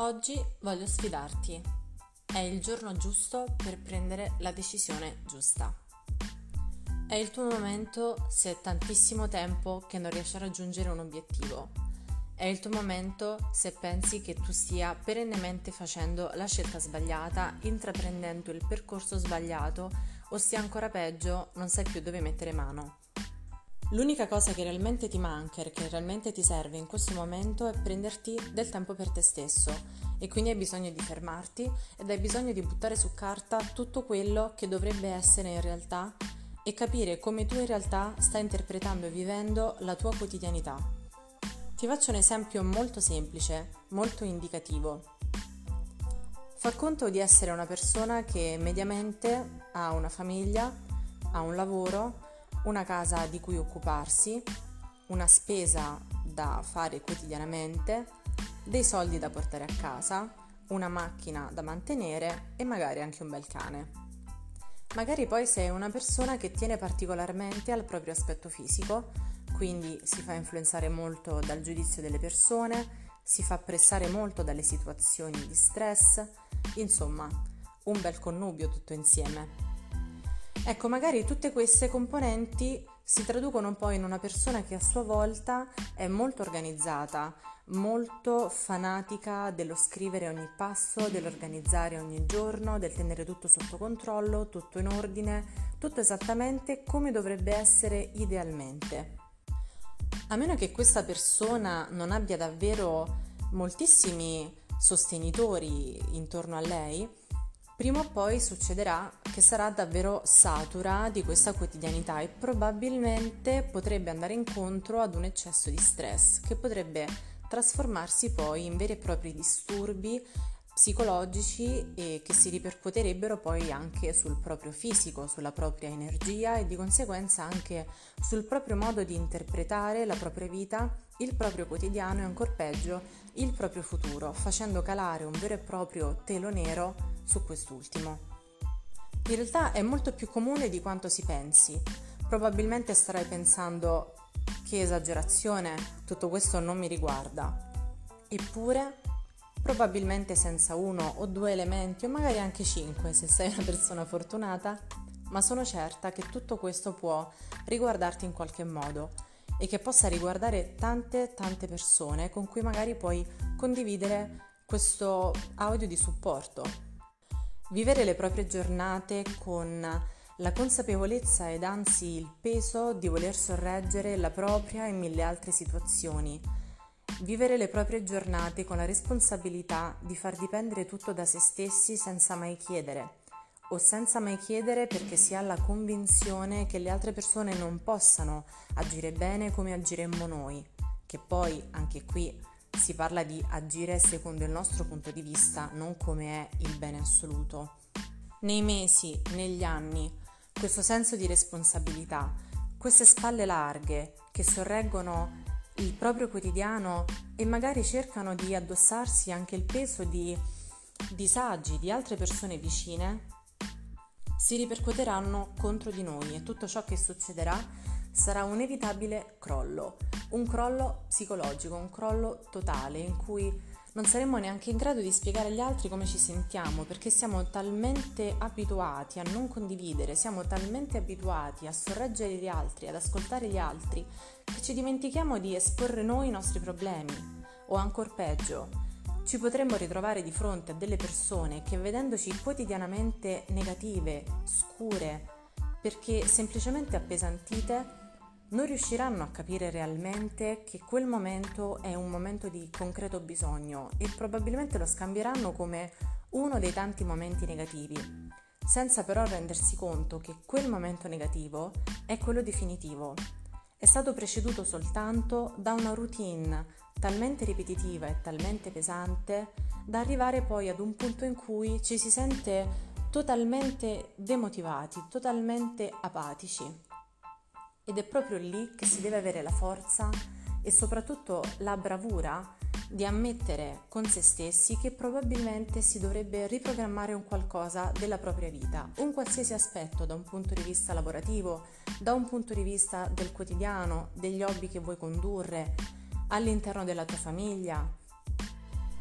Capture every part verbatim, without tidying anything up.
Oggi voglio sfidarti. È il giorno giusto per prendere la decisione giusta. È il tuo momento se è tantissimo tempo che non riesci a raggiungere un obiettivo. È il tuo momento se pensi che tu stia perennemente facendo la scelta sbagliata, intraprendendo il percorso sbagliato o stia ancora peggio, non sai più dove mettere mano. L'unica cosa che realmente ti manca e che realmente ti serve in questo momento è prenderti del tempo per te stesso e quindi hai bisogno di fermarti ed hai bisogno di buttare su carta tutto quello che dovrebbe essere in realtà e capire come tu in realtà stai interpretando e vivendo la tua quotidianità. Ti faccio un esempio molto semplice, molto indicativo. Fa conto di essere una persona che mediamente ha una famiglia, ha un lavoro, una casa di cui occuparsi, una spesa da fare quotidianamente, dei soldi da portare a casa, una macchina da mantenere e magari anche un bel cane. Magari poi sei una persona che tiene particolarmente al proprio aspetto fisico, quindi si fa influenzare molto dal giudizio delle persone, si fa pressare molto dalle situazioni di stress, insomma, un bel connubio tutto insieme. Ecco, magari tutte queste componenti si traducono poi in una persona che a sua volta è molto organizzata, molto fanatica dello scrivere ogni passo, dell'organizzare ogni giorno, del tenere tutto sotto controllo, tutto in ordine, tutto esattamente come dovrebbe essere idealmente. A meno che questa persona non abbia davvero moltissimi sostenitori intorno a lei, prima o poi succederà che sarà davvero satura di questa quotidianità e probabilmente potrebbe andare incontro ad un eccesso di stress che potrebbe trasformarsi poi in veri e propri disturbi psicologici e che si ripercuoterebbero poi anche sul proprio fisico, sulla propria energia e di conseguenza anche sul proprio modo di interpretare la propria vita, il proprio quotidiano e ancor peggio il proprio futuro, facendo calare un vero e proprio telo nero su quest'ultimo. In realtà è molto più comune di quanto si pensi. Probabilmente starai pensando: che esagerazione, tutto questo non mi riguarda. Eppure, probabilmente senza uno o due elementi, o magari anche cinque se sei una persona fortunata, ma sono certa che tutto questo può riguardarti in qualche modo e che possa riguardare tante tante persone con cui magari puoi condividere questo audio di supporto. Vivere le proprie giornate con la consapevolezza ed anzi il peso di voler sorreggere la propria e mille altre situazioni. Vivere le proprie giornate con la responsabilità di far dipendere tutto da se stessi senza mai chiedere, o senza mai chiedere perché si ha la convinzione che le altre persone non possano agire bene come agiremmo noi, che poi anche qui si parla di agire secondo il nostro punto di vista, non come è il bene assoluto. Nei mesi, negli anni, questo senso di responsabilità, queste spalle larghe che sorreggono il proprio quotidiano e magari cercano di addossarsi anche il peso di disagi di altre persone vicine, si ripercuoteranno contro di noi e tutto ciò che succederà sarà un inevitabile crollo, un crollo psicologico, un crollo totale in cui non saremo neanche in grado di spiegare agli altri come ci sentiamo, perché siamo talmente abituati a non condividere, siamo talmente abituati a sorreggere gli altri, ad ascoltare gli altri, che ci dimentichiamo di esporre noi i nostri problemi, o ancor peggio, ci potremmo ritrovare di fronte a delle persone che vedendoci quotidianamente negative, scure, perché semplicemente appesantite, non riusciranno a capire realmente che quel momento è un momento di concreto bisogno e probabilmente lo scambieranno come uno dei tanti momenti negativi, senza però rendersi conto che quel momento negativo è quello definitivo. È stato preceduto soltanto da una routine talmente ripetitiva e talmente pesante da arrivare poi ad un punto in cui ci si sente totalmente demotivati, totalmente apatici. Ed è proprio lì che si deve avere la forza e soprattutto la bravura di ammettere con se stessi che probabilmente si dovrebbe riprogrammare un qualcosa della propria vita, un qualsiasi aspetto da un punto di vista lavorativo, da un punto di vista del quotidiano, degli hobby che vuoi condurre all'interno della tua famiglia,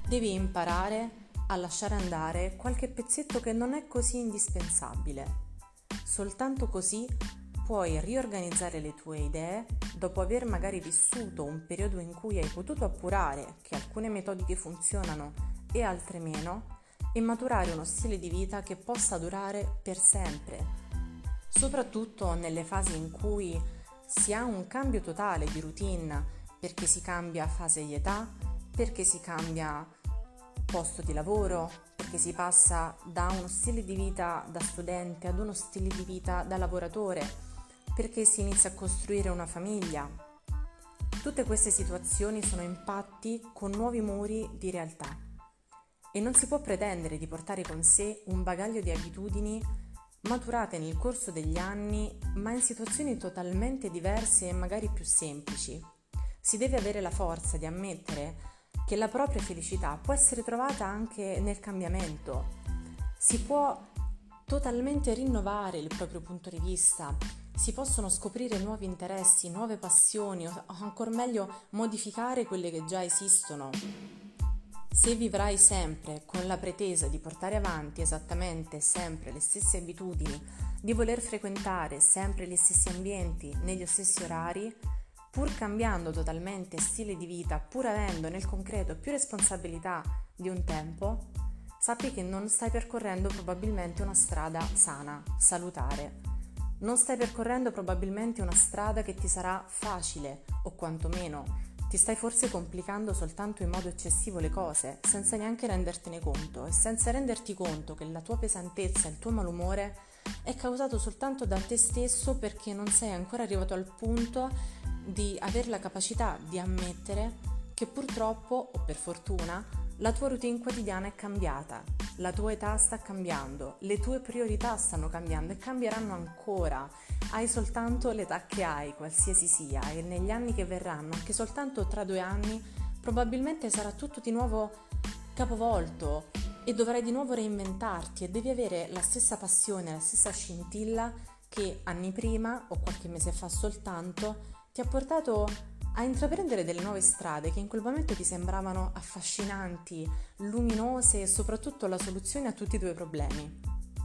devi imparare a lasciare andare qualche pezzetto che non è così indispensabile. Soltanto così puoi riorganizzare le tue idee dopo aver magari vissuto un periodo in cui hai potuto appurare che alcune metodiche funzionano e altre meno, e maturare uno stile di vita che possa durare per sempre, soprattutto nelle fasi in cui si ha un cambio totale di routine, perché si cambia fase di età, perché si cambia posto di lavoro, perché si passa da uno stile di vita da studente ad uno stile di vita da lavoratore, perché si inizia a costruire una famiglia. Tutte queste situazioni sono impatti con nuovi muri di realtà e non si può pretendere di portare con sé un bagaglio di abitudini maturate nel corso degli anni, ma in situazioni totalmente diverse e magari più semplici. Si deve avere la forza di ammettere che la propria felicità può essere trovata anche nel cambiamento. Si può totalmente rinnovare il proprio punto di vista, si possono scoprire nuovi interessi, nuove passioni o ancor meglio modificare quelle che già esistono. Se vivrai sempre con la pretesa di portare avanti esattamente sempre le stesse abitudini, di voler frequentare sempre gli stessi ambienti negli stessi orari, pur cambiando totalmente stile di vita, pur avendo nel concreto più responsabilità di un tempo, sappi che non stai percorrendo probabilmente una strada sana, salutare. Non stai percorrendo probabilmente una strada che ti sarà facile, o quantomeno ti stai forse complicando soltanto in modo eccessivo le cose, senza neanche rendertene conto, e senza renderti conto che la tua pesantezza, il tuo malumore è causato soltanto da te stesso, perché non sei ancora arrivato al punto di avere la capacità di ammettere che purtroppo, o per fortuna, la tua routine quotidiana è cambiata, la tua età sta cambiando, le tue priorità stanno cambiando e cambieranno ancora. Hai soltanto l'età che hai, qualsiasi sia, e negli anni che verranno, anche soltanto tra due anni, probabilmente sarà tutto di nuovo capovolto e dovrai di nuovo reinventarti, e devi avere la stessa passione, la stessa scintilla che anni prima o qualche mese fa soltanto ti ha portato a intraprendere delle nuove strade che in quel momento ti sembravano affascinanti, luminose e soprattutto la soluzione a tutti i tuoi problemi.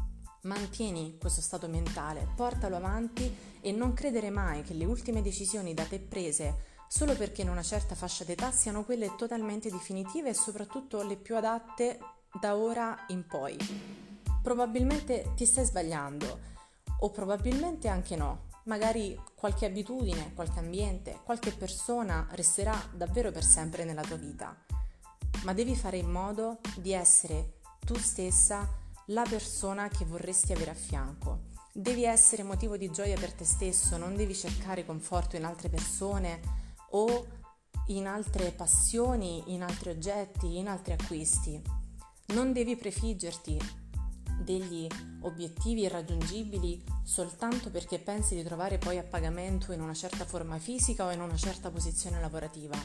Mantieni questo stato mentale, portalo avanti e non credere mai che le ultime decisioni da te prese solo perché in una certa fascia d'età siano quelle totalmente definitive e soprattutto le più adatte da ora in poi. Probabilmente ti stai sbagliando, o probabilmente anche no. Magari qualche abitudine, qualche ambiente, qualche persona resterà davvero per sempre nella tua vita, ma devi fare in modo di essere tu stessa la persona che vorresti avere a fianco. Devi essere motivo di gioia per te stesso, non devi cercare conforto in altre persone o in altre passioni, in altri oggetti, in altri acquisti. Non devi prefiggerti degli obiettivi irraggiungibili soltanto perché pensi di trovare poi a pagamento in una certa forma fisica o in una certa posizione lavorativa.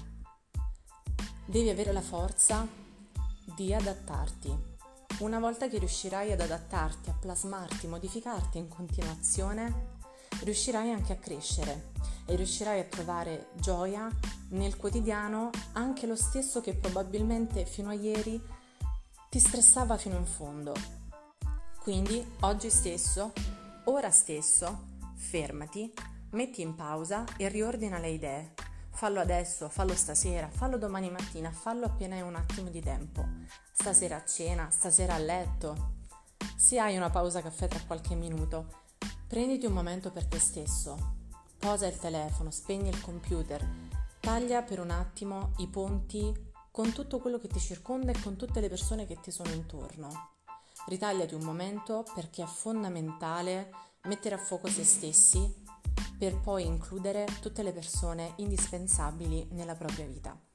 Devi avere la forza di adattarti. Una volta che riuscirai ad adattarti, a plasmarti, modificarti in continuazione, riuscirai anche a crescere e riuscirai a trovare gioia nel quotidiano, anche lo stesso che probabilmente fino a ieri ti stressava fino in fondo. Quindi oggi stesso, ora stesso, fermati, metti in pausa e riordina le idee. Fallo adesso, fallo stasera, fallo domani mattina, fallo appena hai un attimo di tempo. Stasera a cena, stasera a letto. Se hai una pausa caffè tra qualche minuto, prenditi un momento per te stesso. Posa il telefono, spegni il computer, taglia per un attimo i ponti con tutto quello che ti circonda e con tutte le persone che ti sono intorno. Ritagliati un momento, perché è fondamentale mettere a fuoco se stessi per poi includere tutte le persone indispensabili nella propria vita.